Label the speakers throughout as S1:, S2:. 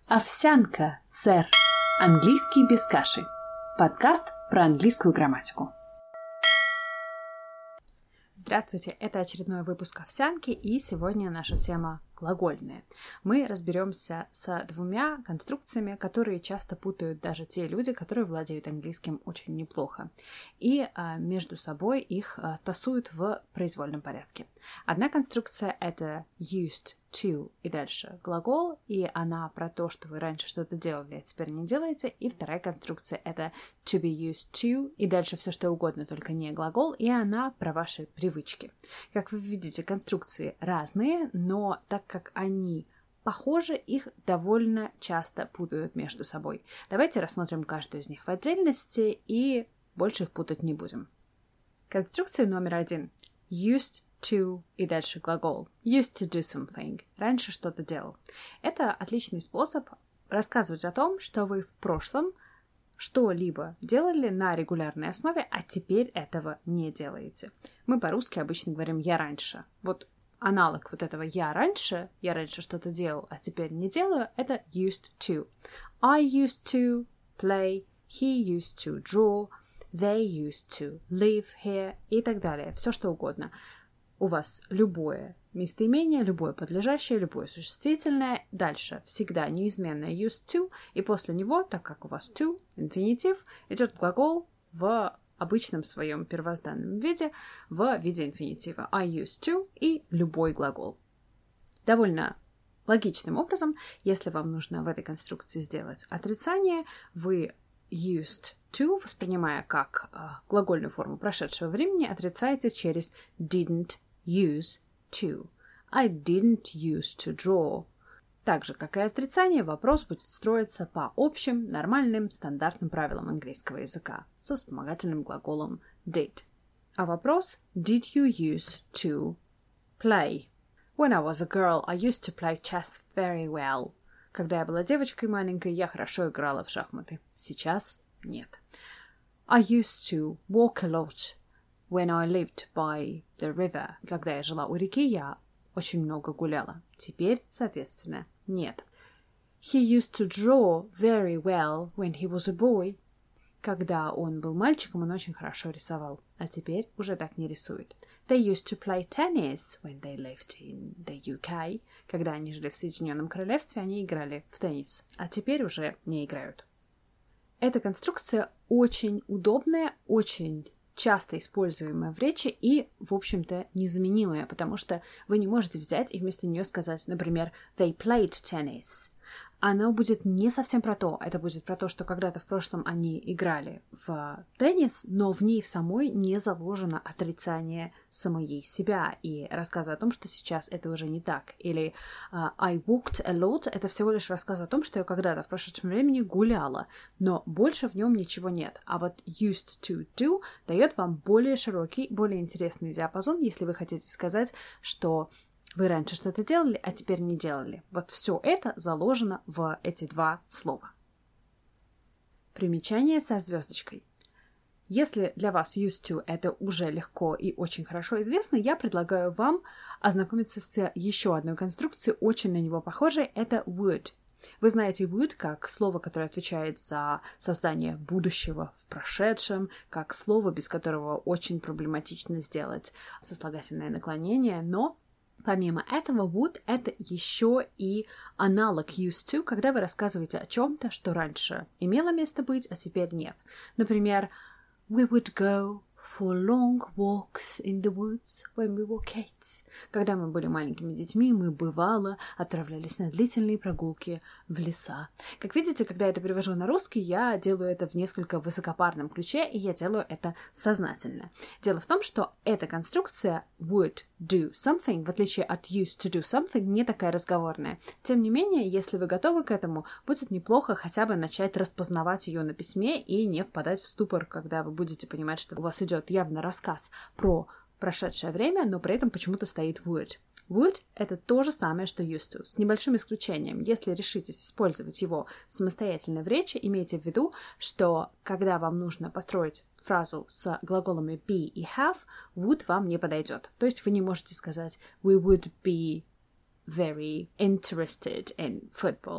S1: Овсянка, сэр. Английский без каши. Подкаст про английскую грамматику. Здравствуйте, это очередной выпуск «Овсянки», и сегодня наша тема глагольная. Мы разберемся с двумя конструкциями, которые часто путают даже те люди, которые владеют английским очень неплохо. И между собой их тасуют в произвольном порядке. Одна конструкция — это used to и дальше глагол, и она про то, что вы раньше что-то делали, а теперь не делаете. И вторая конструкция — это to be used to и дальше все что угодно, только не глагол, и она про ваши привычки. Как вы видите, конструкции разные, но так как они похожи, их довольно часто путают между собой. Давайте рассмотрим каждую из них в отдельности и больше их путать не будем. Конструкция номер 1. Used to и дальше глагол. Used to do something. Раньше что-то делал. Это отличный способ рассказывать о том, что вы в прошлом что-либо делали на регулярной основе, а теперь этого не делаете. Мы по-русски обычно говорим «я раньше». Вот аналог вот этого «я раньше что-то делал, а теперь не делаю» — это used to. I used to play, he used to draw, they used to live here и так далее. Все что угодно. У вас любое местоимение, любое подлежащее, любое существительное. Дальше всегда неизменное used to, и после него, так как у вас to, инфинитив, идет глагол в обычном своем первозданном виде, в виде инфинитива. I used to и любой глагол. Довольно логичным образом, если вам нужно в этой конструкции сделать отрицание, вы used to, воспринимая как глагольную форму прошедшего времени, отрицаете через didn't use to. I didn't use to draw. Так же, как и отрицание, вопрос будет строиться по общим, нормальным, стандартным правилам английского языка со вспомогательным глаголом did. А вопрос did you use to play? When I was a girl, I used to play chess very well. Когда я была девочкой маленькой, я хорошо играла в шахматы. Сейчас нет. I used to walk a lot when I lived by the river. Когда я жила у реки, я очень много гуляла. Теперь, соответственно, нет. He used to draw very well when he was a boy. Когда он был мальчиком, он очень хорошо рисовал. А теперь уже так не рисует. They used to play tennis when they lived in the UK. Когда они жили в Соединенном Королевстве, они играли в теннис. А теперь уже не играют. Эта конструкция очень удобная, очень часто используемая в речи и, в общем-то, незаменимая, потому что вы не можете взять и вместо нее сказать, например, they played tennis. Оно будет не совсем про то. Это будет про то, что когда-то в прошлом они играли в теннис, но в ней в самой не заложено отрицание самой себя и рассказы о том, что сейчас это уже не так. Или I walked a lot — это всего лишь рассказ о том, что я когда-то в прошедшем времени гуляла, но больше в нем ничего нет. А вот used to do дает вам более широкий, более интересный диапазон, если вы хотите сказать, что вы раньше что-то делали, а теперь не делали. Вот все это заложено в эти два слова. Примечание со звездочкой. Если для вас used to это уже легко и очень хорошо известно, я предлагаю вам ознакомиться с еще одной конструкцией, очень на него похожей, это would. Вы знаете would как слово, которое отвечает за создание будущего в прошедшем, как слово, без которого очень проблематично сделать сослагательное наклонение, но помимо этого, would — это еще и аналог used to, когда вы рассказываете о чем-то, что раньше имело место быть, а теперь нет. Например, we would go for long walks in the woods when we were kids. Когда мы были маленькими детьми, мы, бывало, отправлялись на длительные прогулки в леса. Как видите, когда я это перевожу на русский, я делаю это в несколько высокопарном ключе, и я делаю это сознательно. Дело в том, что эта конструкция would do something, в отличие от used to do something, не такая разговорная. Тем не менее, если вы готовы к этому, будет неплохо хотя бы начать распознавать ее на письме и не впадать в ступор, когда вы будете понимать, что у вас идет явно рассказ про прошедшее время, но при этом почему-то стоит would. Would — это то же самое, что used to, с небольшим исключением. Если решитесь использовать его самостоятельно в речи, имейте в виду, что когда вам нужно построить фразу с глаголами be и have, would вам не подойдет. То есть вы не можете сказать we would be very interested in football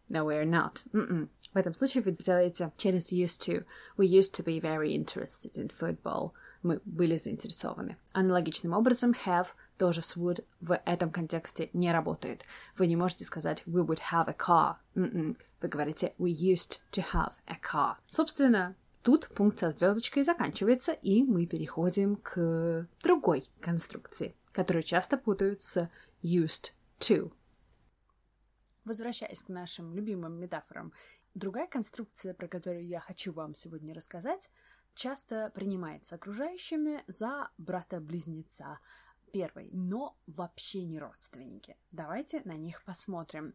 S1: No, we're not. В этом случае вы делаете через used to. We used to be very interested in football. Мы были заинтересованы. Аналогичным образом have тоже с would в этом контексте не работает. Вы не можете сказать we would have a car. Вы говорите we used to have a car. Собственно, тут пункт со звездочкой заканчивается, и мы переходим к другой конструкции, которую часто путают с used to. Возвращаясь к нашим любимым метафорам, другая конструкция, про которую я хочу вам сегодня рассказать, часто принимается окружающими за брата-близнеца первой, но вообще не родственники. Давайте на них посмотрим.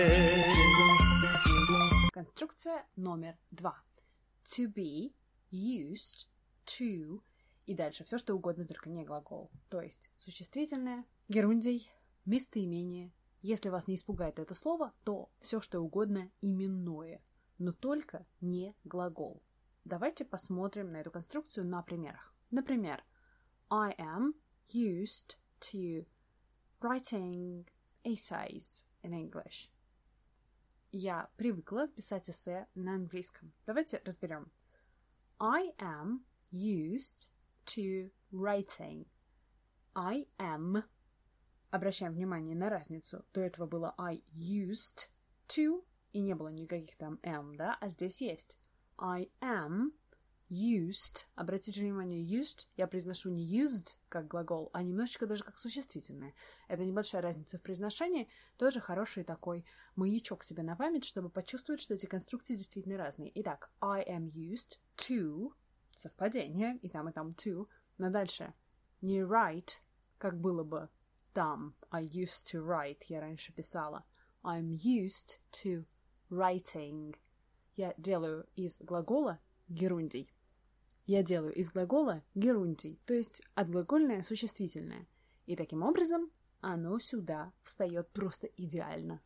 S1: Конструкция номер 2. To be, used, to, и дальше все, что угодно, только не глагол. То есть существительное, герундий, местоимение. Если вас не испугает это слово, то все, что угодно именное, но только не глагол. Давайте посмотрим на эту конструкцию на примерах. Например, I am used to writing essays in English. Я привыкла писать эссе на английском. Давайте разберем. I am used to writing. I am. Обращаем внимание на разницу. До этого было I used to, и не было никаких там am, да? А здесь есть. I am used. Обратите внимание, used я произношу не used как глагол, а немножечко даже как существительное. Это небольшая разница в произношении, тоже хороший такой маячок себе на память, чтобы почувствовать, что эти конструкции действительно разные. Итак, I am used to, совпадение, и там to, но дальше не write, как было бы там. I used to write, я раньше писала. I'm used to writing. Я делаю из глагола герундий. Я делаю из глагола герундий, то есть отглагольное существительное. И таким образом оно сюда встает просто идеально.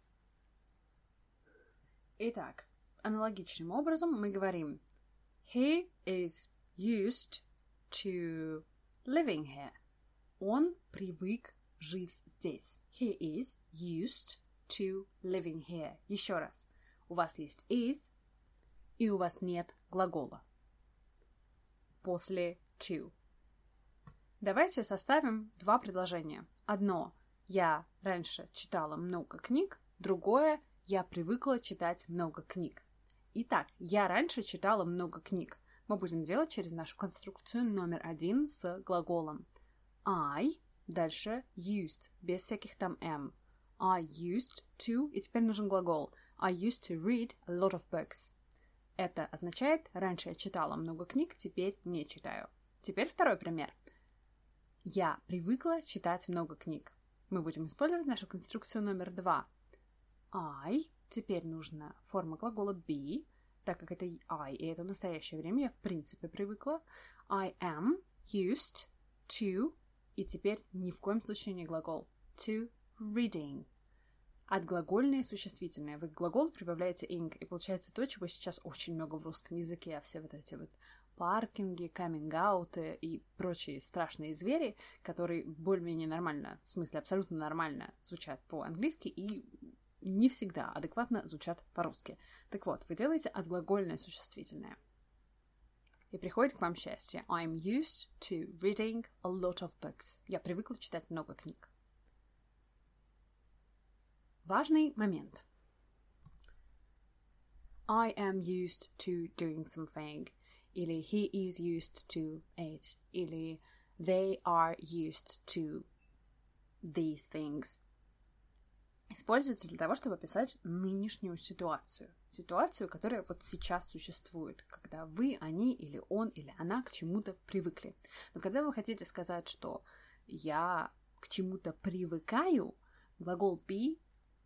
S1: Итак, аналогичным образом мы говорим He is used to living here. Он привык жить здесь. He is used to living here. Еще раз. У вас есть is, и у вас нет глагола после to. Давайте составим два предложения. Одно. Я раньше читала много книг. Другое. Я привыкла читать много книг. Итак, я раньше читала много книг. Мы будем делать через нашу конструкцию номер 1 с глаголом. I. Дальше used, без всяких там am. I used to, и теперь нужен глагол. I used to read a lot of books. Это означает, раньше я читала много книг, теперь не читаю. Теперь второй пример. Я привыкла читать много книг. Мы будем использовать нашу конструкцию номер 2. I, теперь нужна форма глагола be, так как это I, и это в настоящее время я в принципе привыкла. I am used to, и теперь ни в коем случае не глагол. To reading. Отглагольное существительное. Вы к глаголу прибавляете ing, и получается то, чего сейчас очень много в русском языке. Все вот эти вот паркинги, каминг-ауты и прочие страшные звери, которые более-менее нормально, в смысле абсолютно нормально звучат по-английски и не всегда адекватно звучат по-русски. Так вот, вы делаете отглагольное существительное. И приходит к вам счастье. I'm used to reading a lot of books. Я привыкла читать много книг. Важный момент. I am used to doing something. Или he is used to it. Или they are used to these things. Используется для того, чтобы описать нынешнюю ситуацию. Ситуацию, которая вот сейчас существует, когда вы, они или он, или она к чему-то привыкли. Но когда вы хотите сказать, что я к чему-то привыкаю, глагол be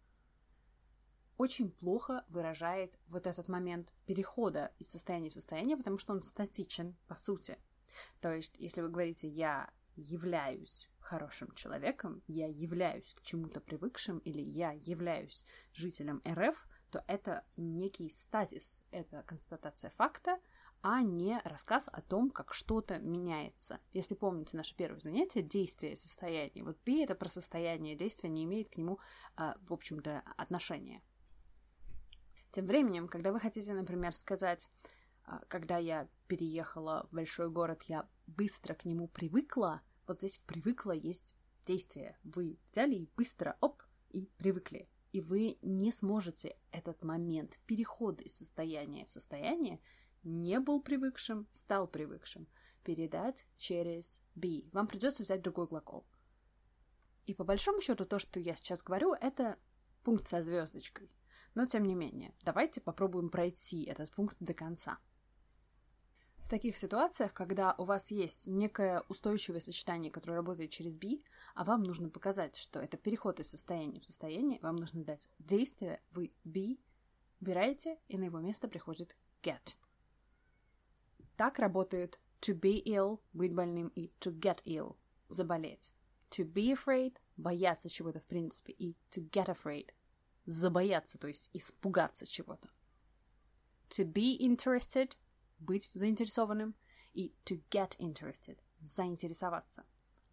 S1: очень плохо выражает вот этот момент перехода из состояния в состояние, потому что он статичен по сути. То есть, если вы говорите «я являюсь хорошим человеком», «я являюсь к чему-то привыкшим» или «я являюсь жителем РФ», то это некий статис, это констатация факта, а не рассказ о том, как что-то меняется. Если помните наше первое занятие, действие и состояние. Вот be — это про состояние, действие не имеет к нему, в общем-то, отношения. Тем временем, когда вы хотите, например, сказать, когда я переехала в большой город, я быстро к нему привыкла, вот здесь в «привыкла» есть действие. Вы взяли и быстро, и привыкли. И вы не сможете этот момент перехода из состояния в состояние не был привыкшим, стал привыкшим передать через be. Вам придется взять другой глагол. И по большому счету то, что я сейчас говорю, это пункт со звездочкой. Но тем не менее, давайте попробуем пройти этот пункт до конца. В таких ситуациях, когда у вас есть некое устойчивое сочетание, которое работает через be, а вам нужно показать, что это переход из состояния в состояние, вам нужно дать действие, вы be убираете, и на его место приходит get. Так работает to be ill, быть больным, и to get ill, заболеть. To be afraid, бояться чего-то в принципе, и to get afraid, забояться, то есть испугаться чего-то. To be interested, быть заинтересованным, и to get interested, заинтересоваться.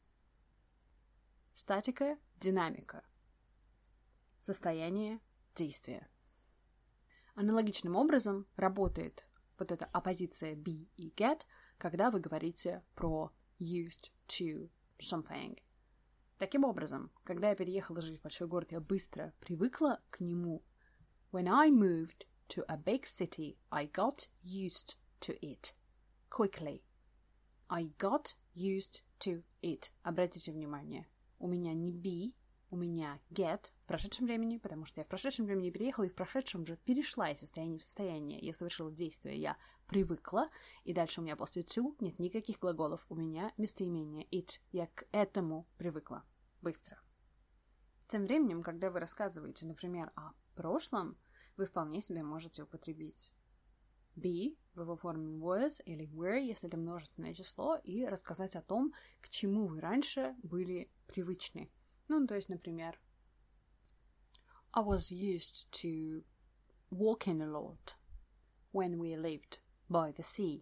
S1: Статика, динамика, состояние, действие. Аналогичным образом работает вот эта оппозиция be и get, когда вы говорите про used to something. Таким образом, когда я переехала жить в большой город, я быстро привыкла к нему. When I moved to a big city, I got used to it quickly. I got used to it. Обратите внимание, у меня не be, у меня get в прошедшем времени, потому что я в прошедшем времени переехала и в прошедшем же перешла из состояния в состояние. Я совершила действие, я привыкла, и дальше у меня после to нет никаких глаголов, у меня местоимение it. Я к этому привыкла. Быстро. Тем временем, когда вы рассказываете, например, о прошлом, вы вполне себе можете употребить be в его форме was или were, если это множественное число, и рассказать о том, к чему вы раньше были привычны. Ну, то есть, например, I was used to walking a lot when we lived by the sea.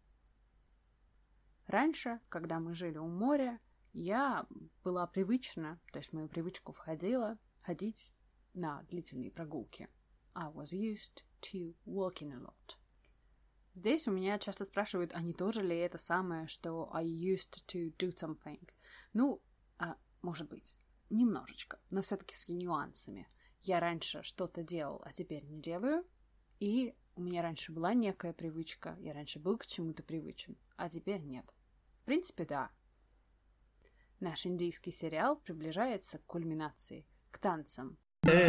S1: Раньше, когда мы жили у моря, я была привычна, то есть в мою привычку входило ходить на длительные прогулки. I was used to walking a lot. Здесь у меня часто спрашивают, а не то же ли это самое, что I used to do something? Ну, может быть, немножечко, но все-таки с нюансами. Я раньше что-то делал, а теперь не делаю, и у меня раньше была некая привычка, я раньше был к чему-то привычен, а теперь нет. В принципе, да. Наш индийский сериал приближается к кульминации, к танцам.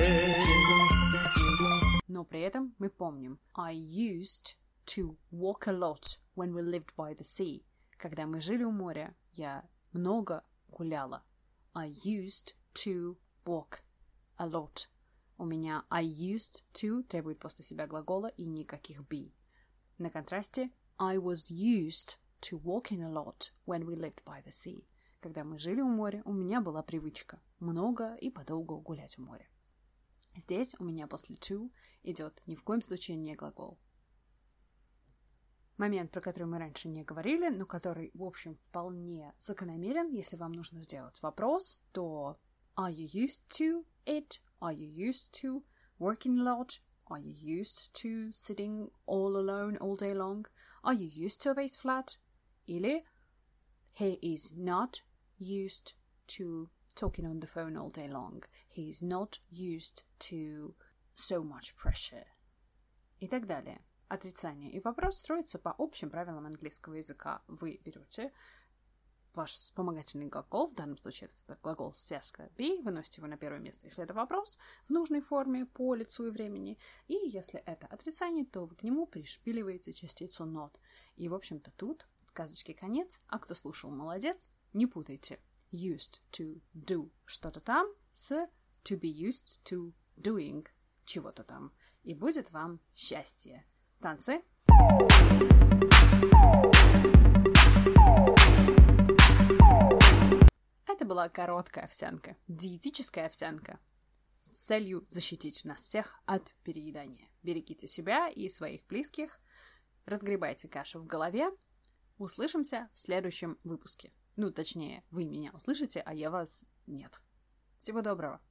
S1: Но при этом мы помним I used to walk a lot when we lived by the sea. Когда мы жили у моря, я много гуляла. I used to walk a lot. У меня I used to требует после себя глагола и никаких be. На контрасте I was used to walking a lot when we lived by the sea. Когда мы жили у моря, у меня была привычка много и подолгу гулять у моря. Здесь у меня после to идет ни в коем случае не глагол. Момент, про который мы раньше не говорили, но который, в общем, вполне закономерен. Если вам нужно сделать вопрос, то Are you used to it? Are you used to working a lot? Are you used to sitting all alone all day long? Are you used to this flat? Или He is not used to talking on the phone all day long. He is not used to so much pressure. И так далее. Отрицание и вопрос строятся по общим правилам английского языка. Вы берете ваш вспомогательный глагол, в данном случае это глагол связка be, выносите его на первое место, если это вопрос, в нужной форме, по лицу и времени. И если это отрицание, то вы к нему пришпиливаете частицу not. И, в общем-то, тут сказочки конец, а кто слушал, молодец. Не путайте used to do что-то там с to be used to doing чего-то там. И будет вам счастье. Танцы. Это была короткая овсянка, диетическая овсянка с целью защитить нас всех от переедания. Берегите себя и своих близких, разгребайте кашу в голове. Услышимся в следующем выпуске. Ну, точнее, вы меня услышите, а я вас нет. Всего доброго.